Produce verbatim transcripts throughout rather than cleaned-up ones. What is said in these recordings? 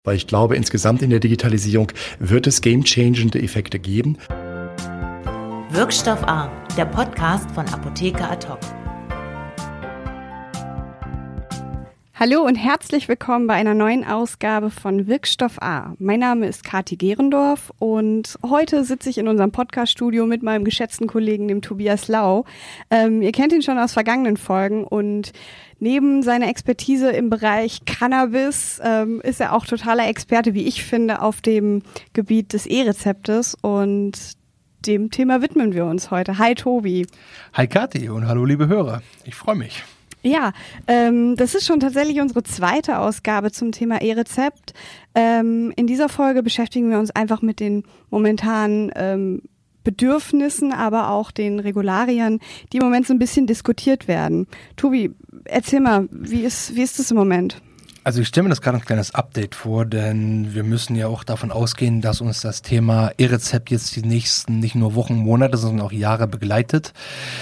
Weil ich glaube, insgesamt in der Digitalisierung wird es game-changende Effekte geben. Wirkstoff A, der Podcast von Apotheker Ad hoc. Hallo und herzlich willkommen bei einer neuen Ausgabe von Wirkstoff A. Mein Name ist Kathi Gerendorf und heute sitze ich in unserem Podcast-Studio mit meinem geschätzten Kollegen, dem Tobias Lau. Ähm, ihr kennt ihn schon aus vergangenen Folgen und neben seiner Expertise im Bereich Cannabis ähm, ist er auch totaler Experte, wie ich finde, auf dem Gebiet des E-Rezeptes und dem Thema widmen wir uns heute. Hi Tobi. Hi Kathi und hallo liebe Hörer. Ich freue mich. Ja, ähm, das ist schon tatsächlich unsere zweite Ausgabe zum Thema E-Rezept. Ähm, in dieser Folge beschäftigen wir uns einfach mit den momentanen ähm, Bedürfnissen, aber auch den Regularien, die im Moment so ein bisschen diskutiert werden. Tobi, erzähl mal, wie ist, wie ist das im Moment? Also ich stelle mir das gerade ein kleines Update vor, denn wir müssen ja auch davon ausgehen, dass uns das Thema E-Rezept jetzt die nächsten nicht nur Wochen, Monate, sondern auch Jahre begleitet.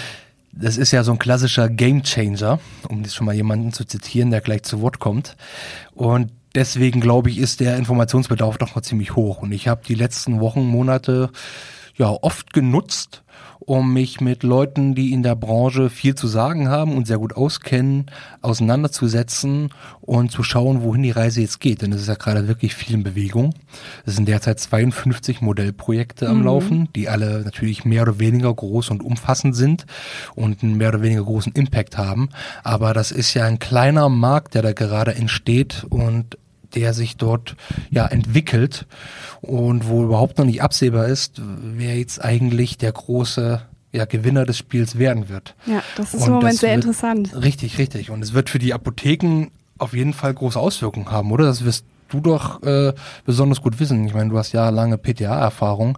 Das ist ja so ein klassischer Gamechanger, um jetzt schon mal jemanden zu zitieren, der gleich zu Wort kommt. Und deswegen glaube ich, ist der Informationsbedarf doch mal ziemlich hoch. Und ich habe die letzten Wochen, Monate ja oft genutzt, um mich mit Leuten, die in der Branche viel zu sagen haben und sehr gut auskennen, auseinanderzusetzen und zu schauen, wohin die Reise jetzt geht. Denn es ist ja gerade wirklich viel in Bewegung. Es sind derzeit zweiundfünfzig Modellprojekte am mhm. Laufen, die alle natürlich mehr oder weniger groß und umfassend sind und einen mehr oder weniger großen Impact haben. Aber das ist ja ein kleiner Markt, der da gerade entsteht und der sich dort ja entwickelt und wo überhaupt noch nicht absehbar ist, wer jetzt eigentlich der große ja, Gewinner des Spiels werden wird. Ja, das ist und im Moment sehr wird, interessant. Richtig, richtig. Und es wird für die Apotheken auf jeden Fall große Auswirkungen haben, oder? Das wirst du doch äh, besonders gut wissen. Ich meine, du hast jahrelange P T A-Erfahrung.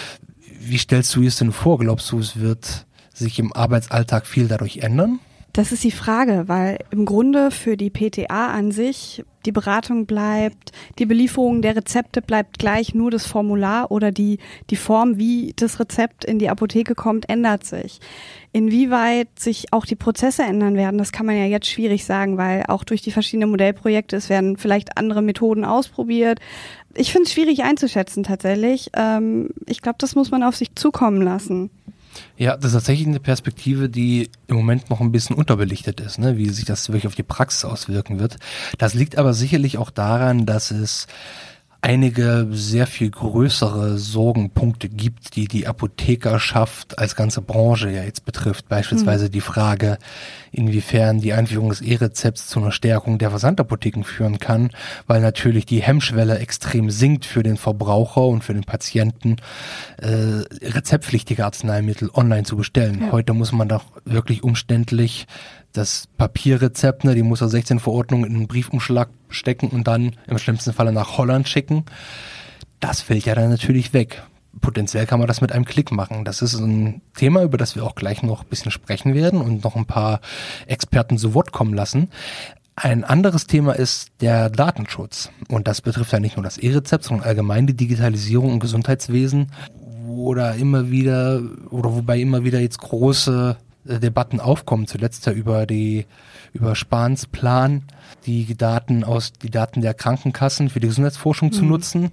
Wie stellst du es denn vor? Glaubst du, es wird sich im Arbeitsalltag viel dadurch ändern? Das ist die Frage, weil im Grunde für die P T A an sich die Beratung bleibt, die Belieferung der Rezepte bleibt gleich, nur das Formular oder die, die Form, wie das Rezept in die Apotheke kommt, ändert sich. Inwieweit sich auch die Prozesse ändern werden, das kann man ja jetzt schwierig sagen, weil auch durch die verschiedenen Modellprojekte, es werden vielleicht andere Methoden ausprobiert. Ich finde es schwierig einzuschätzen tatsächlich. Ähm, ich glaube, das muss man auf sich zukommen lassen. Ja, das ist tatsächlich eine Perspektive, die im Moment noch ein bisschen unterbelichtet ist, ne? Wie sich das wirklich auf die Praxis auswirken wird. Das liegt aber sicherlich auch daran, dass es einige sehr viel größere Sorgenpunkte gibt, die die Apothekerschaft als ganze Branche ja jetzt betrifft. Beispielsweise mhm. die Frage, inwiefern die Einführung des E-Rezepts zu einer Stärkung der Versandapotheken führen kann, weil natürlich die Hemmschwelle extrem sinkt für den Verbraucher und für den Patienten, äh, rezeptpflichtige Arzneimittel online zu bestellen. Ja. Heute muss man doch wirklich umständlich das Papierrezept, ne, die muss er sechzehn Verordnungen in einen Briefumschlag stecken und dann im schlimmsten Falle nach Holland schicken. Das fällt ja dann natürlich weg. Potenziell kann man das mit einem Klick machen. Das ist ein Thema, über das wir auch gleich noch ein bisschen sprechen werden und noch ein paar Experten zu Wort kommen lassen. Ein anderes Thema ist der Datenschutz. Und das betrifft ja nicht nur das E-Rezept, sondern allgemein die Digitalisierung im Gesundheitswesen, wo da immer wieder oder wobei immer wieder jetzt große Debatten aufkommen, zuletzt ja über die über Spahns Plan, die Daten aus die Daten der Krankenkassen für die Gesundheitsforschung mhm. zu nutzen.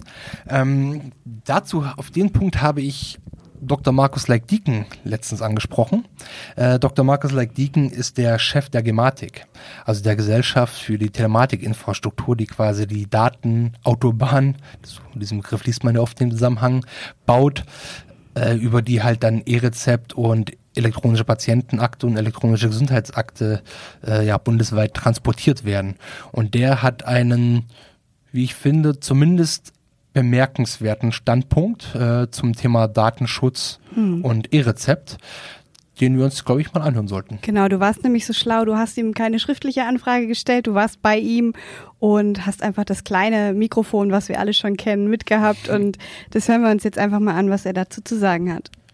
Ähm, dazu auf den Punkt habe ich Doktor Markus Laik-Dieken letztens angesprochen. Äh, Doktor Markus Laik-Dieken ist der Chef der Gematik, also der Gesellschaft für die Telematikinfrastruktur, die quasi die Datenautobahn, das, diesen Begriff liest man ja oft im Zusammenhang, baut, äh, über die halt dann E-Rezept und elektronische Patientenakte und elektronische Gesundheitsakte äh, ja bundesweit transportiert werden. Und der hat einen, wie ich finde, zumindest bemerkenswerten Standpunkt äh, zum Thema Datenschutz hm. und E-Rezept, den wir uns, glaube ich, mal anhören sollten. Genau, du warst nämlich so schlau, du hast ihm keine schriftliche Anfrage gestellt, du warst bei ihm und hast einfach das kleine Mikrofon, was wir alle schon kennen, mitgehabt und das hören wir uns jetzt einfach mal an, was er dazu zu sagen hat.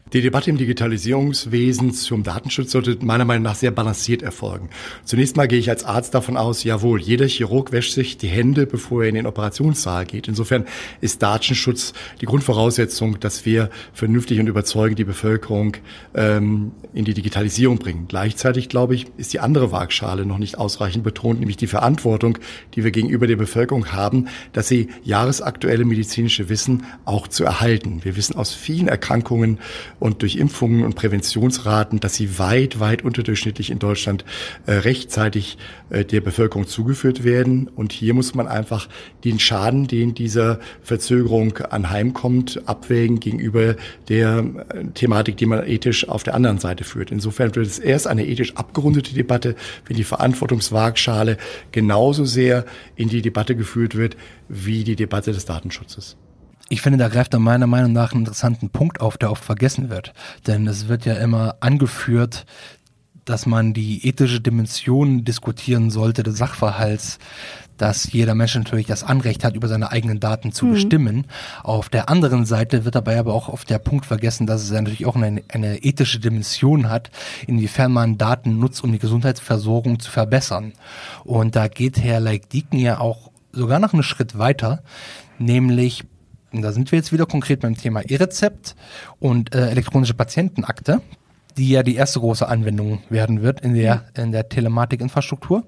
Die Debatte im Digitalisierungswesen zum Datenschutz sollte meiner Meinung nach sehr balanciert erfolgen. Zunächst mal gehe ich als Arzt davon aus, jawohl, jeder Chirurg wäscht sich die Hände, bevor er in den Operationssaal geht. Insofern ist Datenschutz die Grundvoraussetzung, dass wir vernünftig und überzeugend die Bevölkerung ähm, in die Digitalisierung bringen. Gleichzeitig, glaube ich, ist die andere Waagschale noch nicht ausreichend betont, nämlich die Verantwortung, die wir gegenüber der Bevölkerung haben, dass sie jahresaktuelle medizinische Wissen auch zu erhalten. Wir wissen aus vielen Erkrankungen und durch Impfungen und Präventionsraten, dass sie weit, weit unterdurchschnittlich in Deutschland äh, rechtzeitig äh, der Bevölkerung zugeführt werden. Und hier muss man einfach den Schaden, den dieser Verzögerung anheimkommt, abwägen gegenüber der äh, Thematik, die man ethisch auf der anderen Seite führt. Insofern wird es erst eine ethisch abgerundete Debatte, wenn die Verantwortungswaagschale genauso sehr in die Debatte geführt wird, wie die Debatte des Datenschutzes. Ich finde, da greift er meiner Meinung nach einen interessanten Punkt auf, der oft vergessen wird. Denn es wird ja immer angeführt, dass man die ethische Dimension diskutieren sollte des Sachverhalts, dass jeder Mensch natürlich das Anrecht hat, über seine eigenen Daten zu mhm. bestimmen. Auf der anderen Seite wird dabei aber auch oft der Punkt vergessen, dass es ja natürlich auch eine, eine ethische Dimension hat, inwiefern man Daten nutzt, um die Gesundheitsversorgung zu verbessern. Und da geht Herr Leik-Dieken ja auch sogar noch einen Schritt weiter, nämlich, und da sind wir jetzt wieder konkret beim Thema E-Rezept und äh, elektronische Patientenakte, die ja die erste große Anwendung werden wird in der, in der Telematikinfrastruktur.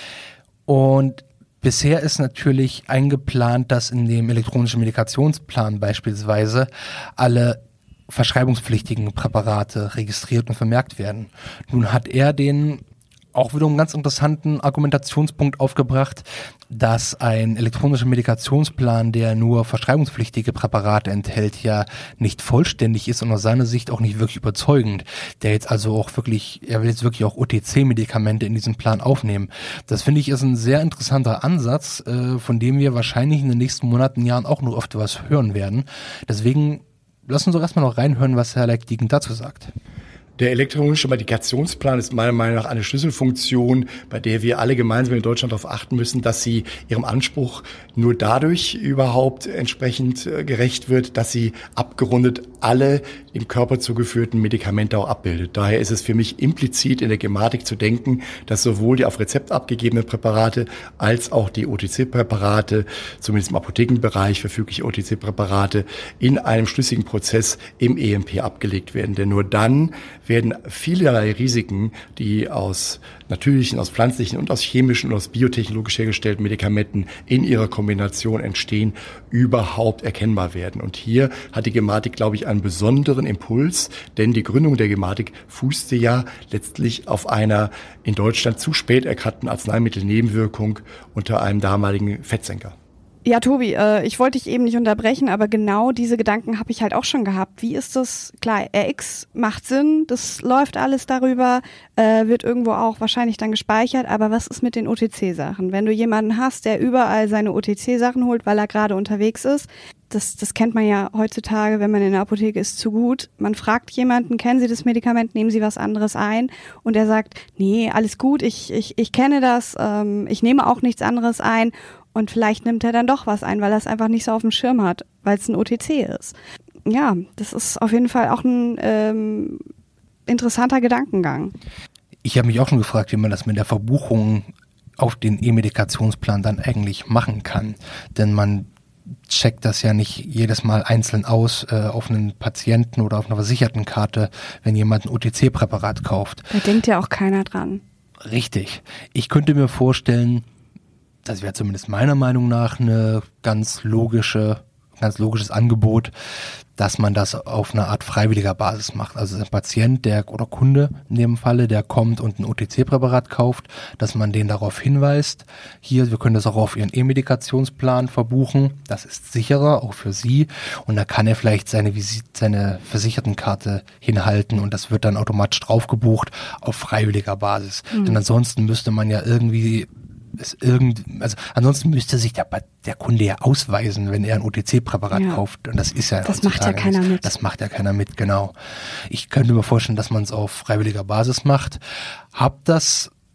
Und bisher ist natürlich eingeplant, dass in dem elektronischen Medikationsplan beispielsweise alle verschreibungspflichtigen Präparate registriert und vermerkt werden. Nun hat er den auch wieder einen ganz interessanten Argumentationspunkt aufgebracht, dass ein elektronischer Medikationsplan, der nur verschreibungspflichtige Präparate enthält, ja nicht vollständig ist und aus seiner Sicht auch nicht wirklich überzeugend. Der jetzt also auch wirklich, er will jetzt wirklich auch O T C-Medikamente in diesem Plan aufnehmen. Das finde ich ist ein sehr interessanter Ansatz, äh, von dem wir wahrscheinlich in den nächsten Monaten, Jahren auch noch oft was hören werden. Deswegen lassen uns doch erstmal noch reinhören, was Herr Leik-Dieken dazu sagt. Der elektronische Medikationsplan ist meiner Meinung nach eine Schlüsselfunktion, bei der wir alle gemeinsam in Deutschland darauf achten müssen, dass sie ihrem Anspruch nur dadurch überhaupt entsprechend gerecht wird, dass sie abgerundet alle im Körper zugeführten Medikamente auch abbildet. Daher ist es für mich implizit in der Gematik zu denken, dass sowohl die auf Rezept abgegebenen Präparate als auch die O T C-Präparate, zumindest im Apothekenbereich verfügliche O T C-Präparate, in einem schlüssigen Prozess im E M P abgelegt werden. Denn nur dann werden vielerlei Risiken, die aus natürlichen, aus pflanzlichen und aus chemischen und aus biotechnologisch hergestellten Medikamenten in ihrer Kombination entstehen, überhaupt erkennbar werden. Und hier hat die Gematik, glaube ich, einen besonderen Impuls, denn die Gründung der Gematik fußte ja letztlich auf einer in Deutschland zu spät erkannten Arzneimittelnebenwirkung unter einem damaligen Fettsenker. Ja, Tobi, äh, ich wollte dich eben nicht unterbrechen, aber genau diese Gedanken habe ich halt auch schon gehabt. Wie ist das? Klar, R X macht Sinn, das läuft alles darüber, äh, wird irgendwo auch wahrscheinlich dann gespeichert, aber was ist mit den O T C-Sachen? Wenn du jemanden hast, der überall seine O T C-Sachen holt, weil er gerade unterwegs ist, das, das kennt man ja heutzutage, wenn man in der Apotheke ist, zu gut. Man fragt jemanden, kennen Sie das Medikament, nehmen Sie was anderes ein? Und er sagt, nee, alles gut, ich, ich, ich kenne das, ähm, ich nehme auch nichts anderes ein. Und vielleicht nimmt er dann doch was ein, weil er es einfach nicht so auf dem Schirm hat, weil es ein O T C ist. Ja, das ist auf jeden Fall auch ein ähm, interessanter Gedankengang. Ich habe mich auch schon gefragt, wie man das mit der Verbuchung auf den E-Medikationsplan dann eigentlich machen kann. Denn man checkt das ja nicht jedes Mal einzeln aus äh, auf einen Patienten oder auf einer Versichertenkarte, wenn jemand ein O T C-Präparat kauft. Da denkt ja auch keiner dran. Richtig. Ich könnte mir vorstellen, das wäre zumindest meiner Meinung nach eine ganz logische, ganz logisches Angebot, dass man das auf eine Art freiwilliger Basis macht. Also ein Patient, der oder Kunde in dem Falle, der kommt und ein O T C-Präparat kauft, dass man den darauf hinweist, hier, wir können das auch auf Ihren E-Medikationsplan verbuchen, das ist sicherer, auch für Sie, und da kann er vielleicht seine Visit, seine Versichertenkarte hinhalten und das wird dann automatisch draufgebucht auf freiwilliger Basis. Mhm. Denn ansonsten müsste man ja irgendwie ist irgend, also ansonsten müsste sich der, der Kunde ja ausweisen, wenn er ein O T C-Präparat ja. kauft. Und das ist ja Das macht ja keiner nicht. mit. Das macht ja keiner mit, genau. Ich könnte mir vorstellen, dass man es auf freiwilliger Basis macht. Hab das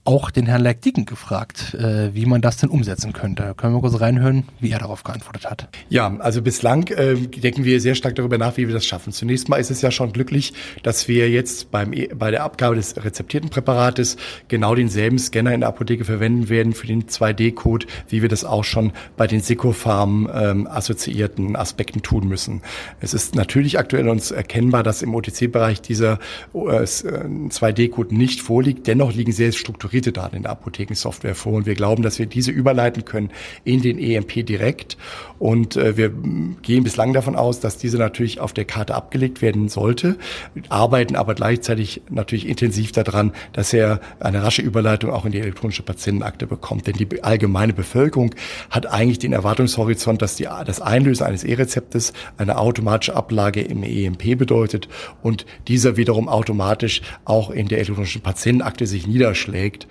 auch den Herrn Leik-Dieken gefragt, äh, wie man das denn umsetzen könnte. Können wir kurz reinhören, wie er darauf geantwortet hat? Ja, also bislang äh, denken wir sehr stark darüber nach, wie wir das schaffen. Zunächst mal ist es ja schon glücklich, dass wir jetzt beim bei der Abgabe des rezeptierten Präparates genau denselben Scanner in der Apotheke verwenden werden für den zwei D Code, wie wir das auch schon bei den Secofarm ähm, assoziierten Aspekten tun müssen. Es ist natürlich aktuell uns erkennbar, dass im O T C-Bereich dieser äh, zwei D Code nicht vorliegt. Dennoch liegen sehr strukturierte Daten in der Apothekensoftware vor und wir glauben, dass wir diese überleiten können in den E M P direkt und äh, wir gehen bislang davon aus, dass diese natürlich auf der Karte abgelegt werden sollte, arbeiten aber gleichzeitig natürlich intensiv daran, dass er eine rasche Überleitung auch in die elektronische Patientenakte bekommt, denn die allgemeine Bevölkerung hat eigentlich den Erwartungshorizont, dass die, das Einlösen eines E-Rezeptes eine automatische Ablage im E M P bedeutet und dieser wiederum automatisch auch in der elektronischen Patientenakte sich niederschlägt.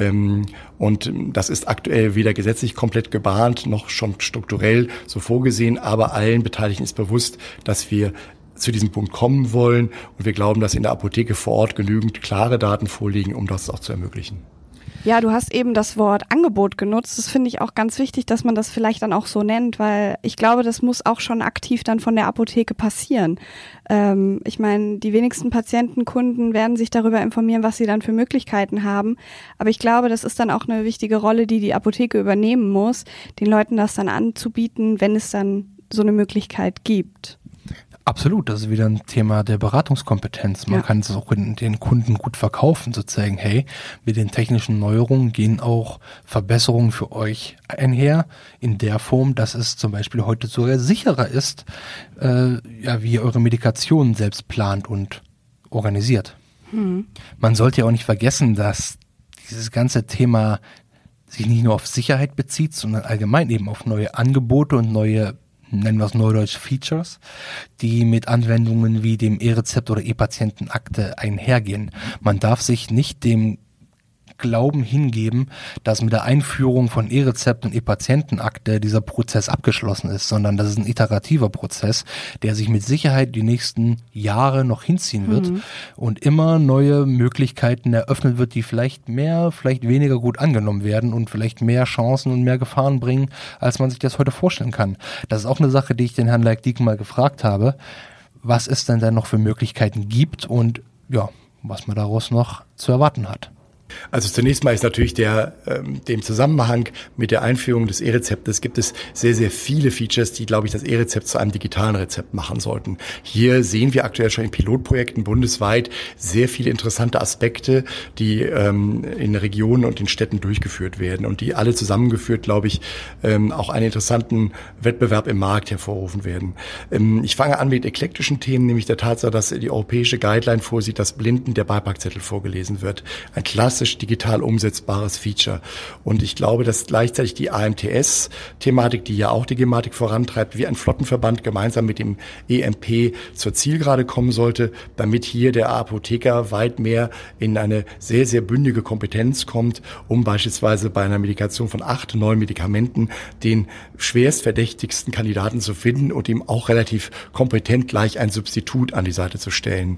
Und das ist aktuell weder gesetzlich komplett gebahnt, noch schon strukturell so vorgesehen, aber allen Beteiligten ist bewusst, dass wir zu diesem Punkt kommen wollen und wir glauben, dass in der Apotheke vor Ort genügend klare Daten vorliegen, um das auch zu ermöglichen. Ja, du hast eben das Wort Angebot genutzt. Das finde ich auch ganz wichtig, dass man das vielleicht dann auch so nennt, weil ich glaube, das muss auch schon aktiv dann von der Apotheke passieren. Ähm, ich meine, die wenigsten Patienten, Kunden werden sich darüber informieren, was sie dann für Möglichkeiten haben. Aber ich glaube, das ist dann auch eine wichtige Rolle, die die Apotheke übernehmen muss, den Leuten das dann anzubieten, wenn es dann so eine Möglichkeit gibt. Absolut, das ist wieder ein Thema der Beratungskompetenz. Man ja. kann es auch den Kunden gut verkaufen, zu zeigen, hey, mit den technischen Neuerungen gehen auch Verbesserungen für euch einher, in der Form, dass es zum Beispiel heute sogar sicherer ist, äh, ja, wie ihr eure Medikationen selbst plant und organisiert. Hm. Man sollte ja auch nicht vergessen, dass dieses ganze Thema sich nicht nur auf Sicherheit bezieht, sondern allgemein eben auf neue Angebote und neue, nennen wir es neudeutsch, Features, die mit Anwendungen wie dem E-Rezept oder E-Patientenakte einhergehen. Man darf sich nicht dem Glauben hingeben, dass mit der Einführung von E-Rezept und E-Patientenakte dieser Prozess abgeschlossen ist, sondern das ist ein iterativer Prozess, der sich mit Sicherheit die nächsten Jahre noch hinziehen wird mhm. und immer neue Möglichkeiten eröffnet wird, die vielleicht mehr, vielleicht weniger gut angenommen werden und vielleicht mehr Chancen und mehr Gefahren bringen, als man sich das heute vorstellen kann. Das ist auch eine Sache, die ich den Herrn Leik-Dieken mal gefragt habe, was es denn da noch für Möglichkeiten gibt und ja, was man daraus noch zu erwarten hat. Also zunächst mal ist natürlich der ähm, dem Zusammenhang mit der Einführung des E-Rezeptes gibt es sehr, sehr viele Features, die, glaube ich, das E-Rezept zu einem digitalen Rezept machen sollten. Hier sehen wir aktuell schon in Pilotprojekten bundesweit sehr viele interessante Aspekte, die ähm, in Regionen und in Städten durchgeführt werden und die alle zusammengeführt, glaube ich, ähm, auch einen interessanten Wettbewerb im Markt hervorrufen werden. Ähm, ich fange an mit eklektischen Themen, nämlich der Tatsache, dass die europäische Guideline vorsieht, dass Blinden der Beipackzettel vorgelesen wird. Ein klassisches digital umsetzbares Feature. Und ich glaube, dass gleichzeitig die A M T S-Thematik, die ja auch die Gematik vorantreibt, wie ein Flottenverband gemeinsam mit dem E M P zur Zielgerade kommen sollte, damit hier der Apotheker weit mehr in eine sehr, sehr bündige Kompetenz kommt, um beispielsweise bei einer Medikation von acht, neun Medikamenten den schwerstverdächtigsten Kandidaten zu finden und ihm auch relativ kompetent gleich ein Substitut an die Seite zu stellen.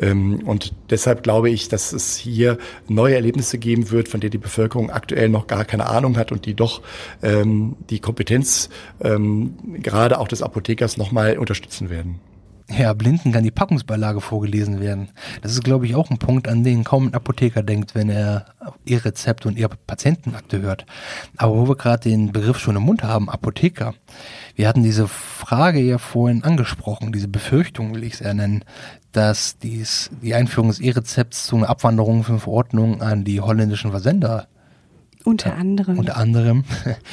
Und deshalb glaube ich, dass es hier neue Erlebnisse geben wird, von der die Bevölkerung aktuell noch gar keine Ahnung hat und die doch ähm, die Kompetenz ähm, gerade auch des Apothekers nochmal unterstützen werden. Ja, Blinden kann die Packungsbeilage vorgelesen werden. Das ist, glaube ich, auch ein Punkt, an den kaum ein Apotheker denkt, wenn er E-Rezept und E-Patientenakte hört. Aber wo wir gerade den Begriff schon im Mund haben, Apotheker. Wir hatten diese Frage ja vorhin angesprochen, diese Befürchtung will ich es eher nennen, dass dies, die Einführung des E-Rezepts zu einer Abwanderung von Verordnungen an die holländischen Versender unter äh, anderem unter anderem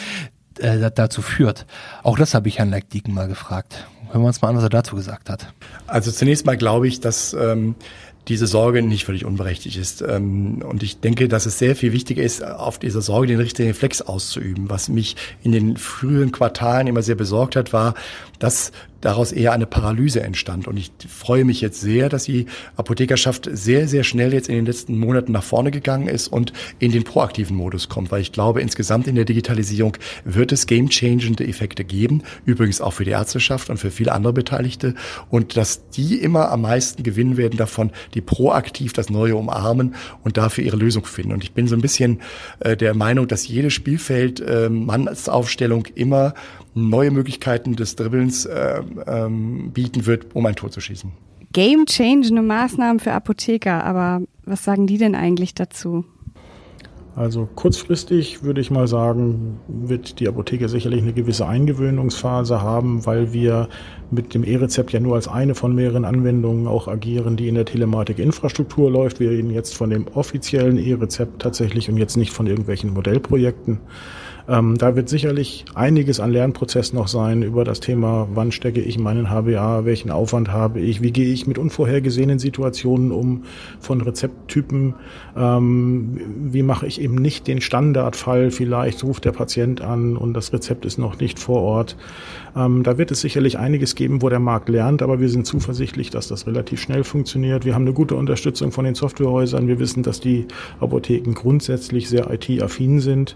äh, dazu führt. Auch das habe ich Herrn Leik-Dieken mal gefragt. Hören wir uns mal an, was er dazu gesagt hat. Also zunächst mal glaube ich, dass ähm, diese Sorge nicht völlig unberechtigt ist. Und ich denke, dass es sehr viel wichtiger ist, auf dieser Sorge den richtigen Reflex auszuüben. Was mich in den frühen Quartalen immer sehr besorgt hat, war, dass daraus eher eine Paralyse entstand. Und ich freue mich jetzt sehr, dass die Apothekerschaft sehr, sehr schnell jetzt in den letzten Monaten nach vorne gegangen ist und in den proaktiven Modus kommt, weil ich glaube, insgesamt in der Digitalisierung wird es game-changende Effekte geben, übrigens auch für die Ärzteschaft und für viele andere Beteiligte, und dass die immer am meisten gewinnen werden davon, die proaktiv das Neue umarmen und dafür ihre Lösung finden. Und ich bin so ein bisschen äh, der Meinung, dass jedes Spielfeld äh, Mannsaufstellung immer neue Möglichkeiten des Dribbelns äh, ähm, bieten wird, um ein Tor zu schießen. Game-changende Maßnahmen für Apotheker, aber was sagen die denn eigentlich dazu? Also kurzfristig würde ich mal sagen, wird die Apotheke sicherlich eine gewisse Eingewöhnungsphase haben, weil wir mit dem E-Rezept ja nur als eine von mehreren Anwendungen auch agieren, die in der Telematik-Infrastruktur läuft. Wir reden jetzt von dem offiziellen E-Rezept tatsächlich und jetzt nicht von irgendwelchen Modellprojekten. Ähm, da wird sicherlich einiges an Lernprozess noch sein über das Thema, wann stecke ich meinen H B A, welchen Aufwand habe ich, wie gehe ich mit unvorhergesehenen Situationen um von Rezepttypen, ähm, wie mache ich eben nicht den Standardfall, vielleicht ruft der Patient an und das Rezept ist noch nicht vor Ort. Ähm, da wird es sicherlich einiges geben, wo der Markt lernt, aber wir sind zuversichtlich, dass das relativ schnell funktioniert. Wir haben eine gute Unterstützung von den Softwarehäusern. Wir wissen, dass die Apotheken grundsätzlich sehr I T-affin sind.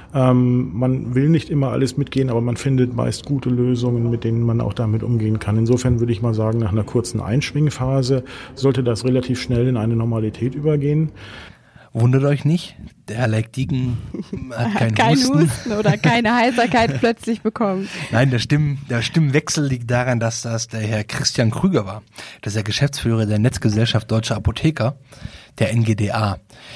Ähm, man will nicht immer alles mitgehen, aber man findet meist gute Lösungen, mit denen man auch damit umgehen kann. Insofern würde ich mal sagen, nach einer kurzen Einschwingphase sollte das relativ schnell in eine Normalität übergehen. Wundert euch nicht, der Herr Leik-Dieken hat keinen Kein Husten. Husten oder keine Heiserkeit plötzlich bekommen. Nein, der, Stimm, der Stimmwechsel liegt daran, dass das der Herr Christian Krüger war. Das ist der Geschäftsführer der Netzgesellschaft Deutscher Apotheker, der N G D A,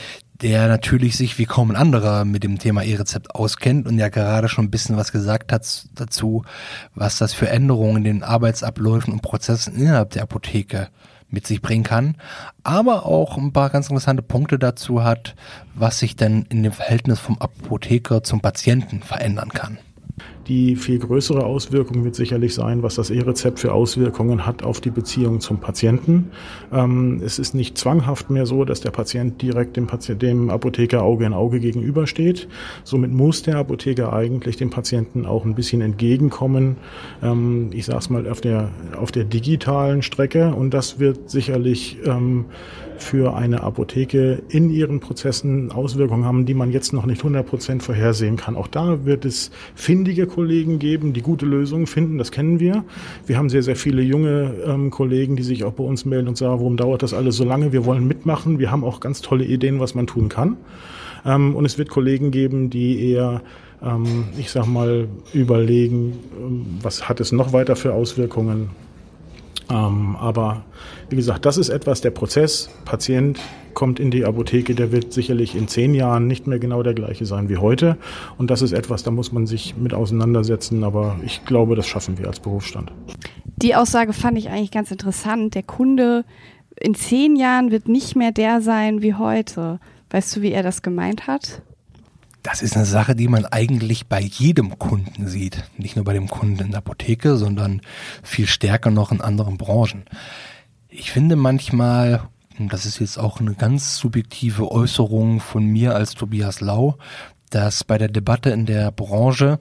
der natürlich sich wie kaum ein anderer mit dem Thema E-Rezept auskennt und ja gerade schon ein bisschen was gesagt hat dazu, was das für Änderungen in den Arbeitsabläufen und Prozessen innerhalb der Apotheke mit sich bringen kann, aber auch ein paar ganz interessante Punkte dazu hat, was sich denn in dem Verhältnis vom Apotheker zum Patienten verändern kann. Die viel größere Auswirkung wird sicherlich sein, was das E-Rezept für Auswirkungen hat auf die Beziehung zum Patienten. Ähm, es ist nicht zwanghaft mehr so, dass der Patient direkt dem, Patient, dem Apotheker Auge in Auge gegenübersteht. Somit muss der Apotheker eigentlich dem Patienten auch ein bisschen entgegenkommen. Ähm, ich sage es mal auf der, auf der digitalen Strecke, und das wird sicherlich ähm, für eine Apotheke in ihren Prozessen Auswirkungen haben, die man jetzt noch nicht hundert Prozent vorhersehen kann. Auch da wird es findige Kollegen geben, die gute Lösungen finden, das kennen wir. Wir haben sehr, sehr viele junge ähm, Kollegen, die sich auch bei uns melden und sagen, warum dauert das alles so lange? Wir wollen mitmachen. Wir haben auch ganz tolle Ideen, was man tun kann. Ähm, und es wird Kollegen geben, die eher, ähm, ich sag mal, überlegen, was hat es noch weiter für Auswirkungen. Ähm, aber wie gesagt, das ist etwas, der Prozess, Patient kommt in die Apotheke, der wird sicherlich in zehn Jahren nicht mehr genau der gleiche sein wie heute. Und das ist etwas, da muss man sich mit auseinandersetzen, aber ich glaube, das schaffen wir als Berufsstand. Die Aussage fand ich eigentlich ganz interessant. Der Kunde in zehn Jahren wird nicht mehr der sein wie heute. Weißt du, wie er das gemeint hat? Das ist eine Sache, die man eigentlich bei jedem Kunden sieht. Nicht nur bei dem Kunden in der Apotheke, sondern viel stärker noch in anderen Branchen. Ich finde manchmal, und das ist jetzt auch eine ganz subjektive Äußerung von mir als Tobias Lau, dass bei der Debatte in der Branche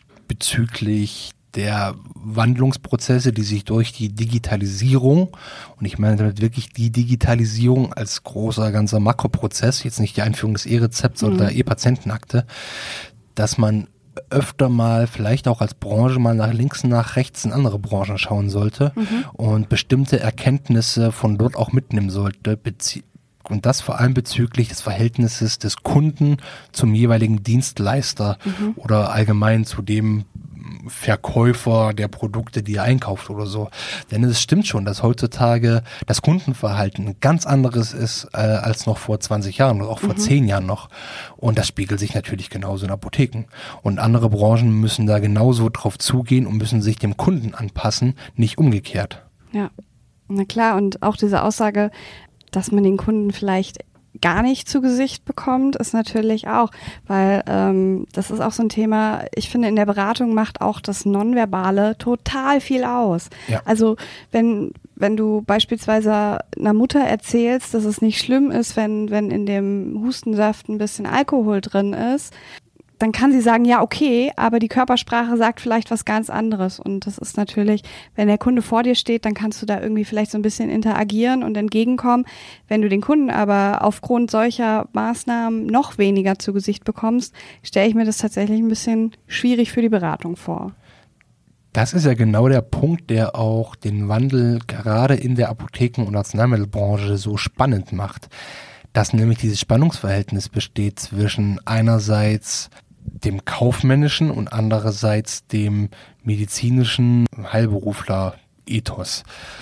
bezüglich der Wandlungsprozesse, die sich durch die Digitalisierung, und ich meine damit wirklich die Digitalisierung als großer ganzer Makroprozess, jetzt nicht die Einführung des E-Rezepts mhm. oder der E-Patientenakte, dass man öfter mal vielleicht auch als Branche mal nach links und nach rechts in andere Branchen schauen sollte mhm. und bestimmte Erkenntnisse von dort auch mitnehmen sollte, bezie- und das vor allem bezüglich des Verhältnisses des Kunden zum jeweiligen Dienstleister mhm. oder allgemein zu dem Verkäufer der Produkte, die er einkauft oder so. Denn es stimmt schon, dass heutzutage das Kundenverhalten ein ganz anderes ist äh, als noch vor zwanzig Jahren oder auch vor mhm. zehn Jahren noch. Und das spiegelt sich natürlich genauso in Apotheken. Und andere Branchen müssen da genauso drauf zugehen und müssen sich dem Kunden anpassen, nicht umgekehrt. Ja, na klar. Und auch diese Aussage, dass man den Kunden vielleicht gar nicht zu Gesicht bekommt, ist natürlich auch, weil ähm, das ist auch so ein Thema, ich finde, in der Beratung macht auch das Nonverbale total viel aus. Ja. Also wenn wenn du beispielsweise einer Mutter erzählst, dass es nicht schlimm ist, wenn wenn in dem Hustensaft ein bisschen Alkohol drin ist, dann kann sie sagen, ja, okay, aber die Körpersprache sagt vielleicht was ganz anderes. Und das ist natürlich, wenn der Kunde vor dir steht, dann kannst du da irgendwie vielleicht so ein bisschen interagieren und entgegenkommen. Wenn du den Kunden aber aufgrund solcher Maßnahmen noch weniger zu Gesicht bekommst, stelle ich mir das tatsächlich ein bisschen schwierig für die Beratung vor. Das ist ja genau der Punkt, der auch den Wandel gerade in der Apotheken- und Arzneimittelbranche so spannend macht. Dass nämlich dieses Spannungsverhältnis besteht zwischen einerseits dem kaufmännischen und andererseits dem medizinischen Heilberufler-Ethos.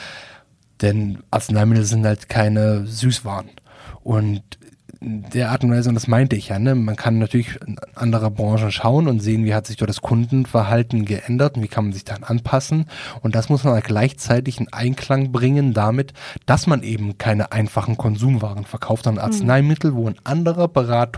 Denn Arzneimittel sind halt keine Süßwaren. Und der Art und Weise, und das meinte ich ja, ne, man kann natürlich in andere Branchen schauen und sehen, wie hat sich dort das Kundenverhalten geändert und wie kann man sich dann anpassen. Und das muss man halt gleichzeitig in Einklang bringen damit, dass man eben keine einfachen Konsumwaren verkauft, sondern Arzneimittel, wo ein anderer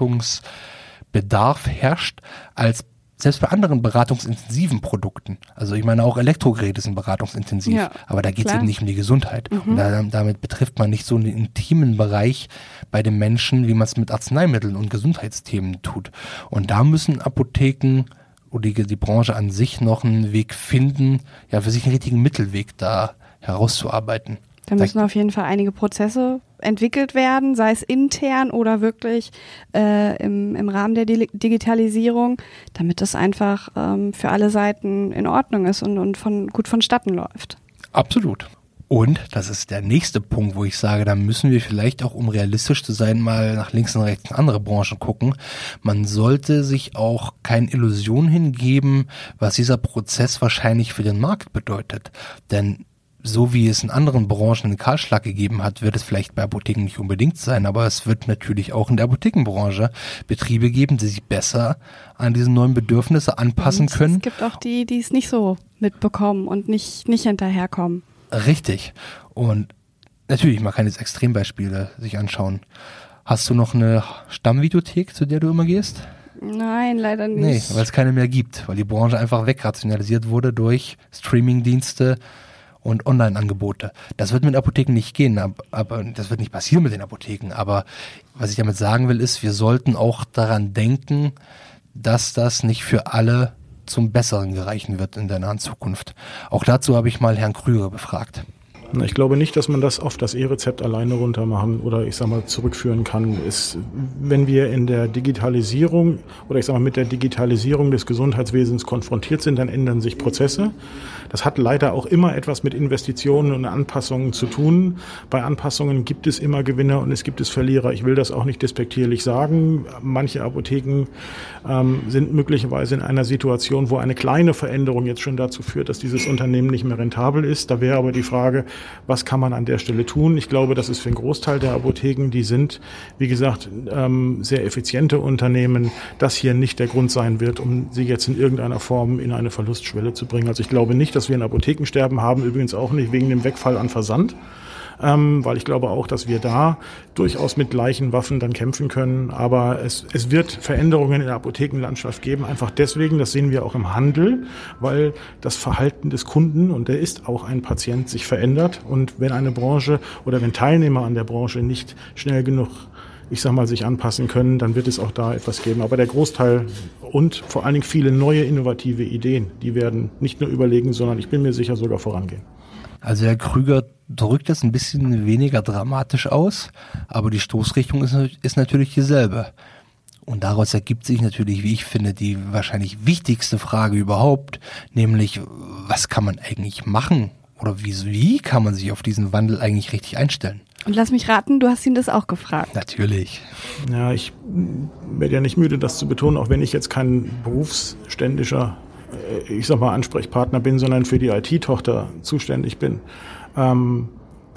Beratungsbedarf herrscht als selbst bei anderen beratungsintensiven Produkten. Also ich meine, auch Elektrogeräte sind beratungsintensiv, ja, aber da geht es eben nicht um die Gesundheit. Mhm. Und da, damit betrifft man nicht so einen intimen Bereich bei den Menschen, wie man es mit Arzneimitteln und Gesundheitsthemen tut. Und da müssen Apotheken oder die, die Branche an sich noch einen Weg finden, ja, für sich einen richtigen Mittelweg da herauszuarbeiten. Da müssen auf jeden Fall einige Prozesse entwickelt werden, sei es intern oder wirklich äh, im, im Rahmen der Di- Digitalisierung, damit das einfach ähm, für alle Seiten in Ordnung ist und, und von, gut vonstatten läuft. Absolut. Und das ist der nächste Punkt, wo ich sage, da müssen wir vielleicht auch, um realistisch zu sein, mal nach links und rechts in andere Branchen gucken. Man sollte sich auch keine Illusion hingeben, was dieser Prozess wahrscheinlich für den Markt bedeutet. Denn so wie es in anderen Branchen einen Kahlschlag gegeben hat, wird es vielleicht bei Apotheken nicht unbedingt sein, aber es wird natürlich auch in der Apothekenbranche Betriebe geben, die sich besser an diese neuen Bedürfnisse anpassen und können. Es gibt auch die, die es nicht so mitbekommen und nicht, nicht hinterherkommen. Richtig. Und natürlich, man kann jetzt Extrembeispiele sich anschauen. Hast du noch eine Stammvideothek, zu der du immer gehst? Nein, leider nicht. Nee, weil es keine mehr gibt, weil die Branche einfach wegrationalisiert wurde durch Streamingdienste und Online-Angebote. Das wird mit Apotheken nicht gehen, aber, aber das wird nicht passieren mit den Apotheken. Aber was ich damit sagen will, ist, wir sollten auch daran denken, dass das nicht für alle zum Besseren gereichen wird in der nahen Zukunft. Auch dazu habe ich mal Herrn Krüger befragt. Ich glaube nicht, dass man das auf das E-Rezept alleine runter machen oder ich sag mal zurückführen kann. Ist, wenn wir in der Digitalisierung oder ich sag mal mit der Digitalisierung des Gesundheitswesens konfrontiert sind, dann ändern sich Prozesse. Das hat leider auch immer etwas mit Investitionen und Anpassungen zu tun. Bei Anpassungen gibt es immer Gewinner und es gibt es Verlierer. Ich will das auch nicht despektierlich sagen. Manche Apotheken ähm, sind möglicherweise in einer Situation, wo eine kleine Veränderung jetzt schon dazu führt, dass dieses Unternehmen nicht mehr rentabel ist. Da wäre aber die Frage, was kann man an der Stelle tun? Ich glaube, das ist für einen Großteil der Apotheken, die sind, wie gesagt, ähm, sehr effiziente Unternehmen, das hier nicht der Grund sein wird, um sie jetzt in irgendeiner Form in eine Verlustschwelle zu bringen. Also ich glaube nicht, dass wir ein Apothekensterben haben, übrigens auch nicht wegen dem Wegfall an Versand. Ähm, weil ich glaube auch, dass wir da durchaus mit gleichen Waffen dann kämpfen können. Aber es, es wird Veränderungen in der Apothekenlandschaft geben, einfach deswegen, das sehen wir auch im Handel, weil das Verhalten des Kunden, und der ist auch ein Patient, sich verändert. Und wenn eine Branche oder wenn Teilnehmer an der Branche nicht schnell genug, ich sag mal, sich anpassen können, dann wird es auch da etwas geben. Aber der Großteil und vor allen Dingen viele neue, innovative Ideen, die werden nicht nur überlegen, sondern ich bin mir sicher sogar vorangehen. Also Herr Krüger drückt das ein bisschen weniger dramatisch aus, aber die Stoßrichtung ist, ist natürlich dieselbe. Und daraus ergibt sich natürlich, wie ich finde, die wahrscheinlich wichtigste Frage überhaupt, nämlich, was kann man eigentlich machen? Oder wie, wie kann man sich auf diesen Wandel eigentlich richtig einstellen? Und lass mich raten, du hast ihn das auch gefragt. Natürlich. Ja, ich werde ja nicht müde, das zu betonen, auch wenn ich jetzt kein berufsständischer, ich sag mal, Ansprechpartner bin, sondern für die I T-Tochter zuständig bin. Ähm,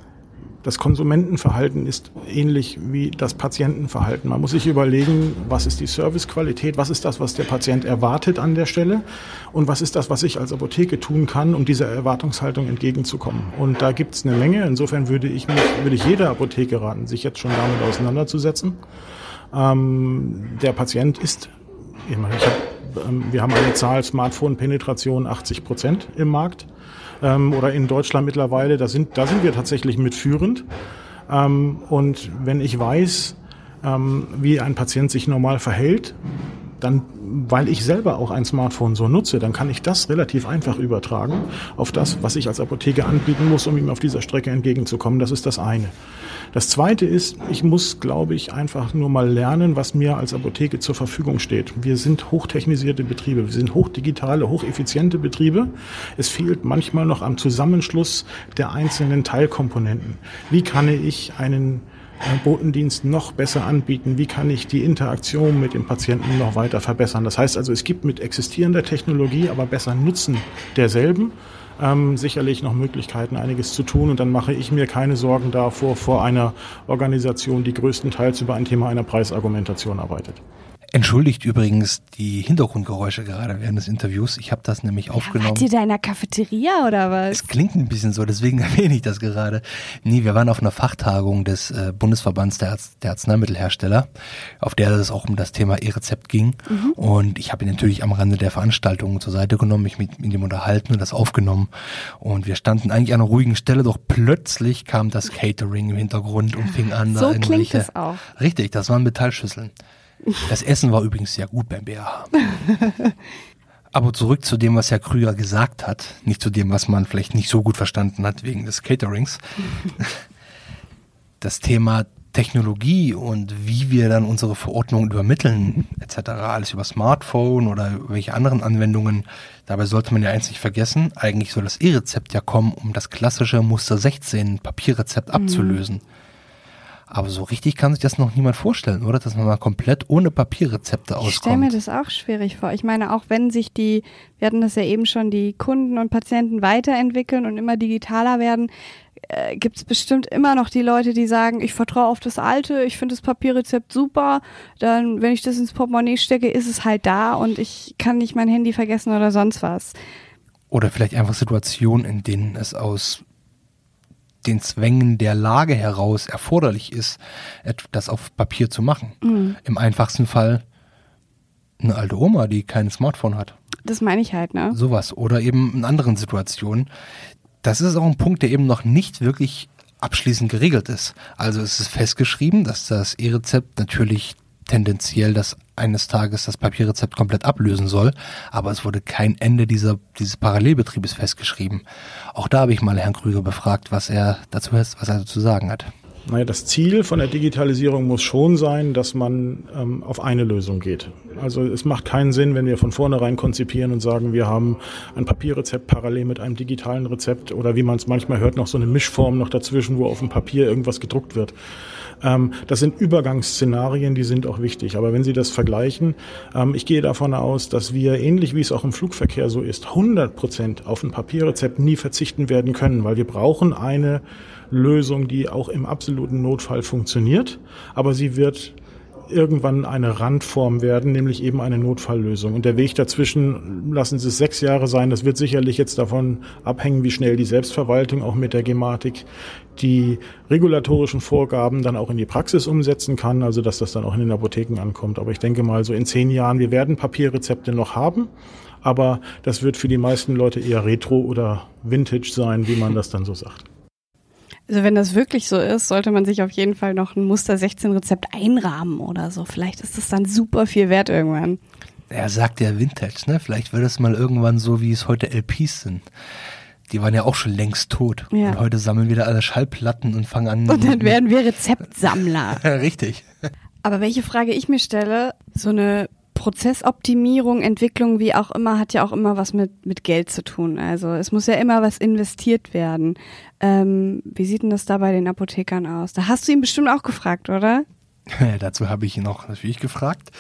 das Konsumentenverhalten ist ähnlich wie das Patientenverhalten. Man muss sich überlegen, was ist die Servicequalität, was ist das, was der Patient erwartet an der Stelle und was ist das, was ich als Apotheke tun kann, um dieser Erwartungshaltung entgegenzukommen. Und da gibt es eine Menge. Insofern würde ich mich, würde ich jeder Apotheke raten, sich jetzt schon damit auseinanderzusetzen. Ähm, der Patient ist, ich meine, ich hab, ähm, wir haben eine Zahl Smartphone-Penetration achtzig Prozent im Markt. Ähm, oder in Deutschland mittlerweile, da sind, da sind wir tatsächlich mitführend. Ähm, und wenn ich weiß, ähm, wie ein Patient sich normal verhält, dann, weil ich selber auch ein Smartphone so nutze, dann kann ich das relativ einfach übertragen auf das, was ich als Apotheke anbieten muss, um ihm auf dieser Strecke entgegenzukommen. Das ist das eine. Das zweite ist, ich muss, glaube ich, einfach nur mal lernen, was mir als Apotheke zur Verfügung steht. Wir sind hochtechnisierte Betriebe, wir sind hochdigitale, hocheffiziente Betriebe. Es fehlt manchmal noch am Zusammenschluss der einzelnen Teilkomponenten. Wie kann ich einen Botendienst noch besser anbieten? Wie kann ich die Interaktion mit dem Patienten noch weiter verbessern? Das heißt also, es gibt mit existierender Technologie, aber besser Nutzen derselben, ähm, sicherlich noch Möglichkeiten, einiges zu tun. Und dann mache ich mir keine Sorgen davor, vor einer Organisation, die größtenteils über ein Thema einer Preisargumentation arbeitet. Entschuldigt übrigens die Hintergrundgeräusche gerade während des Interviews. Ich habe das nämlich Ja, aufgenommen. wart ihr da in der Cafeteria oder was? Es klingt ein bisschen so, deswegen erwähne ich das gerade. Nee, wir waren auf einer Fachtagung des äh, Bundesverbands der, Arz- der Arzneimittelhersteller, auf der es auch um das Thema E-Rezept ging. Mhm. Und ich habe ihn natürlich am Rande der Veranstaltung zur Seite genommen, mich mit, mit ihm unterhalten und das aufgenommen. Und wir standen eigentlich an einer ruhigen Stelle, doch plötzlich kam das Catering im Hintergrund und fing an. So da klingt irgendwelche- es auch. Richtig, das waren Metallschüsseln. Das Essen war übrigens sehr gut beim B A H. Aber zurück zu dem, was Herr Krüger gesagt hat, nicht zu dem, was man vielleicht nicht so gut verstanden hat wegen des Caterings. Das Thema Technologie und wie wir dann unsere Verordnungen übermitteln, et cetera, alles über Smartphone oder welche anderen Anwendungen. Dabei sollte man ja eins nicht vergessen, eigentlich soll das E-Rezept ja kommen, um das klassische Muster sechzehn Papierrezept abzulösen. Aber so richtig kann sich das noch niemand vorstellen, oder? Dass man mal komplett ohne Papierrezepte auskommt. Ich stelle mir das auch schwierig vor. Ich meine, auch wenn sich die, wir hatten das ja eben schon, die Kunden und Patienten weiterentwickeln und immer digitaler werden, äh, gibt es bestimmt immer noch die Leute, die sagen, ich vertraue auf das Alte, ich finde das Papierrezept super, dann, wenn ich das ins Portemonnaie stecke, ist es halt da und ich kann nicht mein Handy vergessen oder sonst was. Oder vielleicht einfach Situationen, in denen es aus den Zwängen der Lage heraus erforderlich ist, das auf Papier zu machen. Mhm. Im einfachsten Fall eine alte Oma, die kein Smartphone hat. Das meine ich halt, ne? Sowas. Oder eben in anderen Situationen. Das ist auch ein Punkt, der eben noch nicht wirklich abschließend geregelt ist. Also es ist festgeschrieben, dass das E-Rezept natürlich tendenziell das eines Tages das Papierrezept komplett ablösen soll, aber es wurde kein Ende dieser, dieses Parallelbetriebes festgeschrieben. Auch da habe ich mal Herrn Krüger befragt, was er dazu, was er dazu zu sagen hat. Naja, das Ziel von der Digitalisierung muss schon sein, dass man ähm, auf eine Lösung geht. Also es macht keinen Sinn, wenn wir von vornherein konzipieren und sagen, wir haben ein Papierrezept parallel mit einem digitalen Rezept oder wie man es manchmal hört, noch so eine Mischform noch dazwischen, wo auf dem Papier irgendwas gedruckt wird. Ähm, das sind Übergangsszenarien, die sind auch wichtig. Aber wenn Sie das vergleichen, ähm, ich gehe davon aus, dass wir, ähnlich wie es auch im Flugverkehr so ist, hundert Prozent auf ein Papierrezept nie verzichten werden können, weil wir brauchen eine Lösung, die auch im absoluten Notfall funktioniert, aber sie wird irgendwann eine Randform werden, nämlich eben eine Notfalllösung. Und der Weg dazwischen, lassen Sie es sechs Jahre sein, das wird sicherlich jetzt davon abhängen, wie schnell die Selbstverwaltung auch mit der Gematik die regulatorischen Vorgaben dann auch in die Praxis umsetzen kann, also dass das dann auch in den Apotheken ankommt. Aber ich denke mal, so in zehn Jahren, wir werden Papierrezepte noch haben, aber das wird für die meisten Leute eher Retro oder Vintage sein, wie man das dann so sagt. Also wenn das wirklich so ist, sollte man sich auf jeden Fall noch ein Muster sechzehn Rezept einrahmen oder so. Vielleicht ist das dann super viel wert irgendwann. Er sagt ja Vintage, ne? Vielleicht wird es mal irgendwann so, wie es heute L Ps sind. Die waren ja auch schon längst tot. Ja. Und heute sammeln wieder alle Schallplatten und fangen an. Und dann werden wir Rezeptsammler. Richtig. Aber welche Frage ich mir stelle, so eine Prozessoptimierung, Entwicklung, wie auch immer, hat ja auch immer was mit, mit Geld zu tun. Also es muss ja immer was investiert werden. Ähm, wie sieht denn das da bei den Apothekern aus? Da hast du ihn bestimmt auch gefragt, oder? Ja, dazu habe ich ihn auch natürlich gefragt,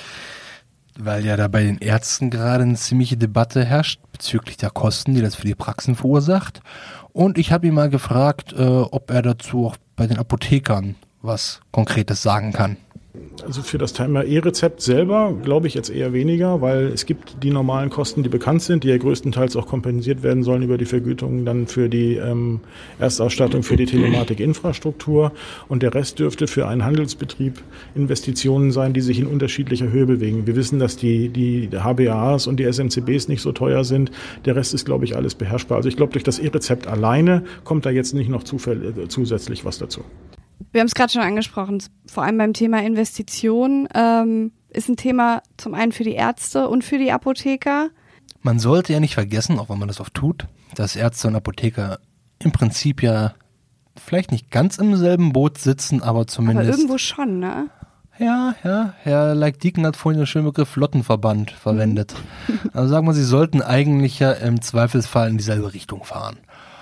weil ja da bei den Ärzten gerade eine ziemliche Debatte herrscht bezüglich der Kosten, die das für die Praxen verursacht. Und ich habe ihn mal gefragt, äh, ob er dazu auch bei den Apothekern was Konkretes sagen kann. Also für das Thema E-Rezept selber glaube ich jetzt eher weniger, weil es gibt die normalen Kosten, die bekannt sind, die ja größtenteils auch kompensiert werden sollen über die Vergütung dann für die ähm, Erstausstattung für die Telematikinfrastruktur. Und der Rest dürfte für einen Handelsbetrieb Investitionen sein, die sich in unterschiedlicher Höhe bewegen. Wir wissen, dass die, die H B A As und die S M C Bs nicht so teuer sind. Der Rest ist, glaube ich, alles beherrschbar. Also ich glaube, durch das E-Rezept alleine kommt da jetzt nicht noch zufäll- zusätzlich was dazu. Wir haben es gerade schon angesprochen, vor allem beim Thema Investitionen. Ähm, ist ein Thema zum einen für die Ärzte und für die Apotheker. Man sollte ja nicht vergessen, auch wenn man das oft tut, dass Ärzte und Apotheker im Prinzip ja vielleicht nicht ganz im selben Boot sitzen, aber zumindest... Aber irgendwo schon, ne? Ja, ja. Herr Leik-Dieken hat vorhin den schönen Begriff Flottenverband verwendet. Also sagen wir, sie sollten eigentlich ja im Zweifelsfall in dieselbe Richtung fahren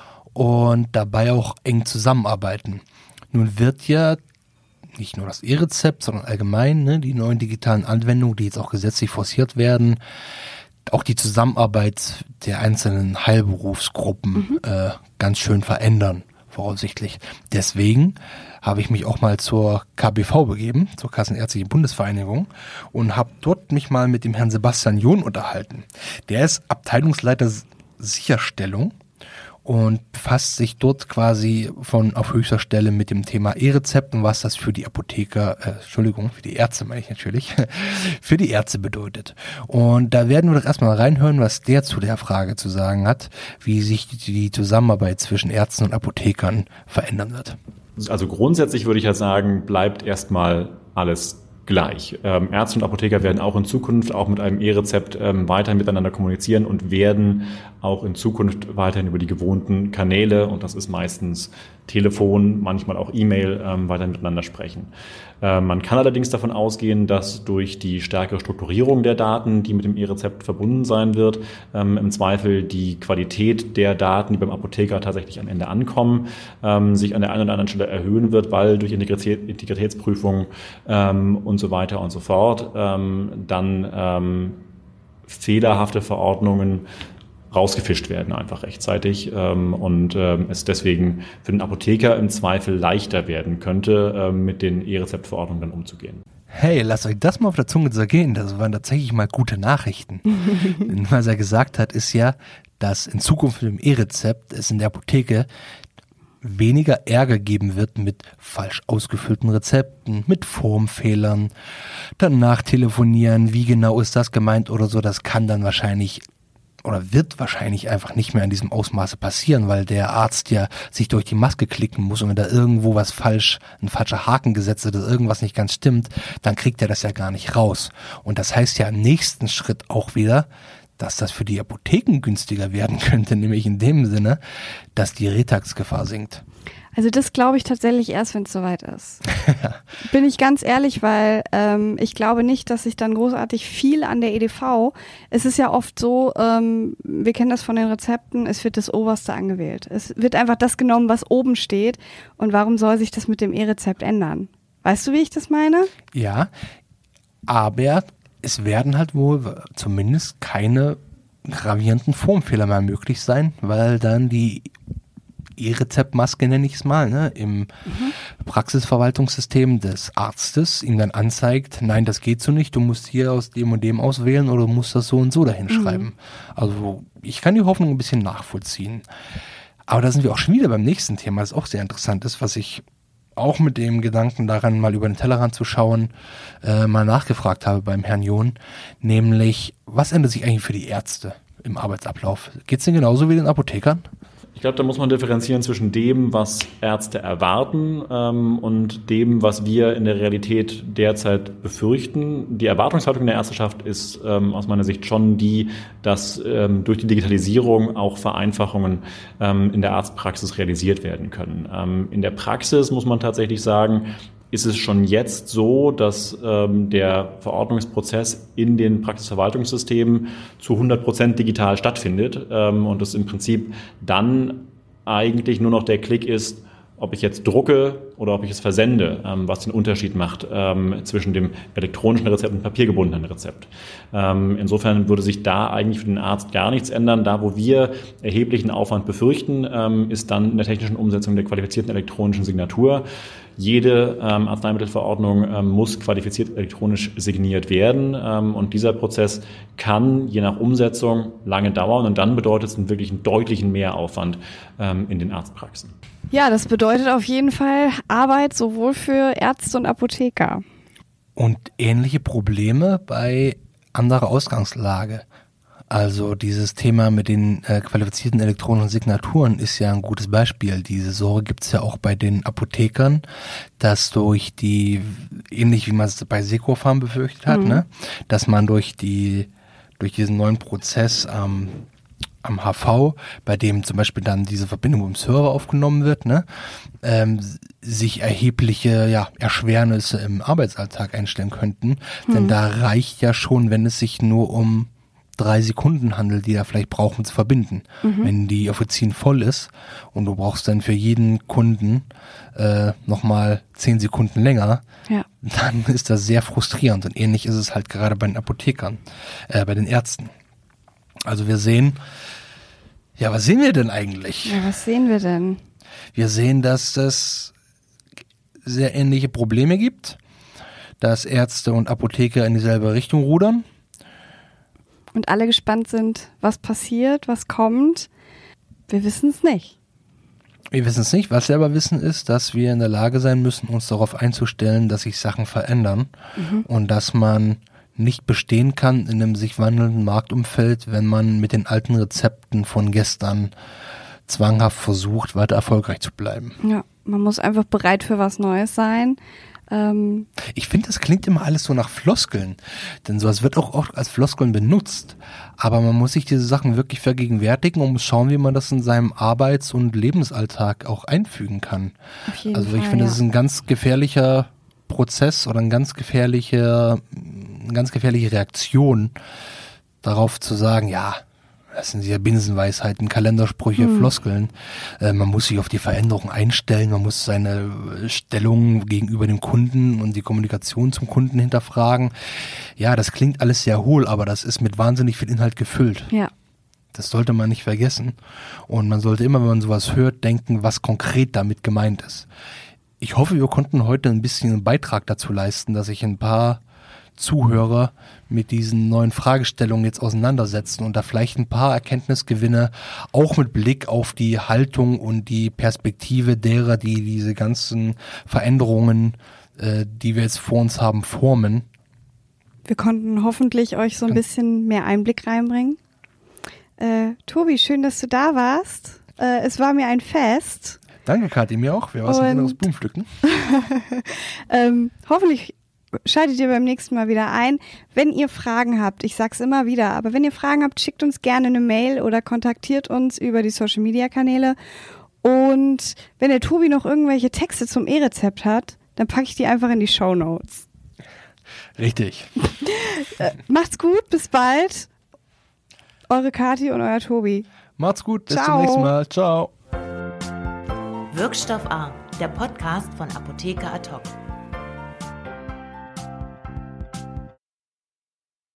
und dabei auch eng zusammenarbeiten. Nun wird ja nicht nur das E-Rezept, sondern allgemein ne, die neuen digitalen Anwendungen, die jetzt auch gesetzlich forciert werden, auch die Zusammenarbeit der einzelnen Heilberufsgruppen mhm. äh, ganz schön verändern, voraussichtlich. Deswegen habe ich mich auch mal zur K B V begeben, zur Kassenärztlichen Bundesvereinigung, und habe dort mich mal mit dem Herrn Sebastian John unterhalten. Der ist Abteilungsleiter Sicherstellung und befasst sich dort quasi von auf höchster Stelle mit dem Thema E-Rezept und was das für die Apotheker, äh, Entschuldigung, für die Ärzte meine ich natürlich, für die Ärzte bedeutet. Und da werden wir doch erstmal reinhören, was der zu der Frage zu sagen hat, wie sich die Zusammenarbeit zwischen Ärzten und Apothekern verändern wird. Also grundsätzlich würde ich ja sagen, bleibt erstmal alles gleich. Ähm, Ärzte und Apotheker werden auch in Zukunft auch mit einem E-Rezept ähm, weiter miteinander kommunizieren und werden auch in Zukunft weiterhin über die gewohnten Kanäle, und das ist meistens Telefon, manchmal auch E-Mail, ähm, weiter miteinander sprechen. Äh, man kann allerdings davon ausgehen, dass durch die stärkere Strukturierung der Daten, die mit dem E-Rezept verbunden sein wird, ähm, im Zweifel die Qualität der Daten, die beim Apotheker tatsächlich am Ende ankommen, ähm, sich an der einen oder anderen Stelle erhöhen wird, weil durch Integrität, Integritätsprüfung ähm, und so weiter und so fort ähm, dann ähm, fehlerhafte Verordnungen rausgefischt werden einfach rechtzeitig ähm, und ähm, es deswegen für den Apotheker im Zweifel leichter werden könnte, ähm, mit den E-Rezeptverordnungen dann umzugehen. Hey, lasst euch das mal auf der Zunge zergehen, das waren tatsächlich mal gute Nachrichten. Denn was er gesagt hat, ist ja, dass in Zukunft mit dem E-Rezept es in der Apotheke weniger Ärger geben wird mit falsch ausgefüllten Rezepten, mit Formfehlern, dann nachtelefonieren, wie genau ist das gemeint oder so, das kann dann wahrscheinlich oder wird wahrscheinlich einfach nicht mehr in diesem Ausmaße passieren, weil der Arzt ja sich durch die Maske klicken muss und wenn da irgendwo was falsch, ein falscher Haken gesetzt wird oder irgendwas nicht ganz stimmt, dann kriegt er das ja gar nicht raus. Und das heißt ja im nächsten Schritt auch wieder, dass das für die Apotheken günstiger werden könnte, nämlich in dem Sinne, dass die Retax-Gefahr sinkt. Also das glaube ich tatsächlich erst, wenn es soweit ist. Bin ich ganz ehrlich, weil ähm, ich glaube nicht, dass sich dann großartig viel an der E D V, es ist ja oft so, ähm, wir kennen das von den Rezepten, es wird das Oberste angewählt. Es wird einfach das genommen, was oben steht, und warum soll sich das mit dem E-Rezept ändern? Weißt du, wie ich das meine? Ja, aber es werden halt wohl zumindest keine gravierenden Formfehler mehr möglich sein, weil dann die E-Rezeptmaske, nenne ich es mal, ne, im mhm. Praxisverwaltungssystem des Arztes ihm dann anzeigt, nein, das geht so nicht, du musst hier aus dem und dem auswählen oder du musst das so und so dahin mhm. schreiben. Also ich kann die Hoffnung ein bisschen nachvollziehen. Aber da sind wir auch schon wieder beim nächsten Thema, das auch sehr interessant ist, was ich auch mit dem Gedanken daran, mal über den Tellerrand zu schauen, äh, mal nachgefragt habe beim Herrn John, nämlich, was ändert sich eigentlich für die Ärzte im Arbeitsablauf? Geht es denn genauso wie den Apothekern? Ich glaube, da muss man differenzieren zwischen dem, was Ärzte erwarten ähm, und dem, was wir in der Realität derzeit befürchten. Die Erwartungshaltung der Ärzteschaft ist ähm, aus meiner Sicht schon die, dass ähm, durch die Digitalisierung auch Vereinfachungen ähm, in der Arztpraxis realisiert werden können. Ähm, in der Praxis muss man tatsächlich sagen, ist es schon jetzt so, dass ähm, der Verordnungsprozess in den Praxisverwaltungssystemen zu hundert Prozent digital stattfindet ähm, und es im Prinzip dann eigentlich nur noch der Klick ist, ob ich jetzt drucke oder ob ich es versende, ähm, was den Unterschied macht ähm, zwischen dem elektronischen Rezept und papiergebundenen Rezept. Ähm, insofern würde sich da eigentlich für den Arzt gar nichts ändern. Da, wo wir erheblichen Aufwand befürchten, ähm, ist dann in der technischen Umsetzung der qualifizierten elektronischen Signatur. Jede ähm, Arzneimittelverordnung ähm, muss qualifiziert elektronisch signiert werden ähm, und dieser Prozess kann je nach Umsetzung lange dauern und dann bedeutet es einen wirklich einen deutlichen Mehraufwand ähm, in den Arztpraxen. Ja, das bedeutet auf jeden Fall Arbeit sowohl für Ärzte und Apotheker. Und ähnliche Probleme bei anderer Ausgangslage. Also dieses Thema mit den äh, qualifizierten elektronischen Signaturen ist ja ein gutes Beispiel. Diese Sorge gibt es ja auch bei den Apothekern, dass durch die, ähnlich wie man es bei Secofarm befürchtet hat, mhm. ne, dass man durch die durch diesen neuen Prozess am am H V, bei dem zum Beispiel dann diese Verbindung mit dem Server aufgenommen wird, ne, ähm, sich erhebliche ja, Erschwernisse im Arbeitsalltag einstellen könnten. Mhm. Denn da reicht ja schon, wenn es sich nur um drei Sekunden handelt, die da vielleicht brauchen zu verbinden. Mhm. Wenn die Offizin voll ist und du brauchst dann für jeden Kunden äh, nochmal zehn Sekunden länger, ja. dann ist das sehr frustrierend. Und ähnlich ist es halt gerade bei den Apothekern, äh, bei den Ärzten. Also wir sehen, ja, was sehen wir denn eigentlich? Ja, was sehen wir denn? Wir sehen, dass es sehr ähnliche Probleme gibt, dass Ärzte und Apotheker in dieselbe Richtung rudern. Und alle gespannt sind, was passiert, was kommt. Wir wissen es nicht. Wir wissen es nicht. Was wir aber wissen ist, dass wir in der Lage sein müssen, uns darauf einzustellen, dass sich Sachen verändern mhm. und dass man nicht bestehen kann in einem sich wandelnden Marktumfeld, wenn man mit den alten Rezepten von gestern zwanghaft versucht, weiter erfolgreich zu bleiben. Ja, man muss einfach bereit für was Neues sein. Ähm ich finde, das klingt immer alles so nach Floskeln, denn sowas wird auch oft als Floskeln benutzt. Aber man muss sich diese Sachen wirklich vergegenwärtigen und muss schauen, wie man das in seinem Arbeits- und Lebensalltag auch einfügen kann. Auf jeden also ich Fall, finde, ja. das ist ein ganz gefährlicher Prozess oder ein ganz gefährliche, eine ganz gefährliche Reaktion darauf zu sagen, ja, das sind ja Binsenweisheiten, Kalendersprüche, hm. Floskeln. Äh, man muss sich auf die Veränderung einstellen, man muss seine Stellung gegenüber dem Kunden und die Kommunikation zum Kunden hinterfragen. Ja, das klingt alles sehr hohl, aber das ist mit wahnsinnig viel Inhalt gefüllt. Ja. Das sollte man nicht vergessen. Und man sollte immer, wenn man sowas hört, denken, was konkret damit gemeint ist. Ich hoffe, wir konnten heute ein bisschen einen Beitrag dazu leisten, dass sich ein paar Zuhörer mit diesen neuen Fragestellungen jetzt auseinandersetzen und da vielleicht ein paar Erkenntnisgewinne auch mit Blick auf die Haltung und die Perspektive derer, die diese ganzen Veränderungen, äh, die wir jetzt vor uns haben, formen. Wir konnten hoffentlich euch so ein bisschen mehr Einblick reinbringen. Äh, Tobi, schön, dass du da warst. Äh, es war mir ein Fest. Danke, Kathi, mir auch. Wir waren aus Blumenpflücken. ähm, hoffentlich schaltet ihr beim nächsten Mal wieder ein. Wenn ihr Fragen habt, ich sag's immer wieder, aber wenn ihr Fragen habt, schickt uns gerne eine Mail oder kontaktiert uns über die Social-Media-Kanäle. Und wenn der Tobi noch irgendwelche Texte zum E-Rezept hat, dann packe ich die einfach in die Shownotes. Richtig. äh, macht's gut, bis bald. Eure Kathi und euer Tobi. Macht's gut, bis Ciao. zum nächsten Mal. Ciao. Wirkstoff A, der Podcast von Apotheker Ad hoc.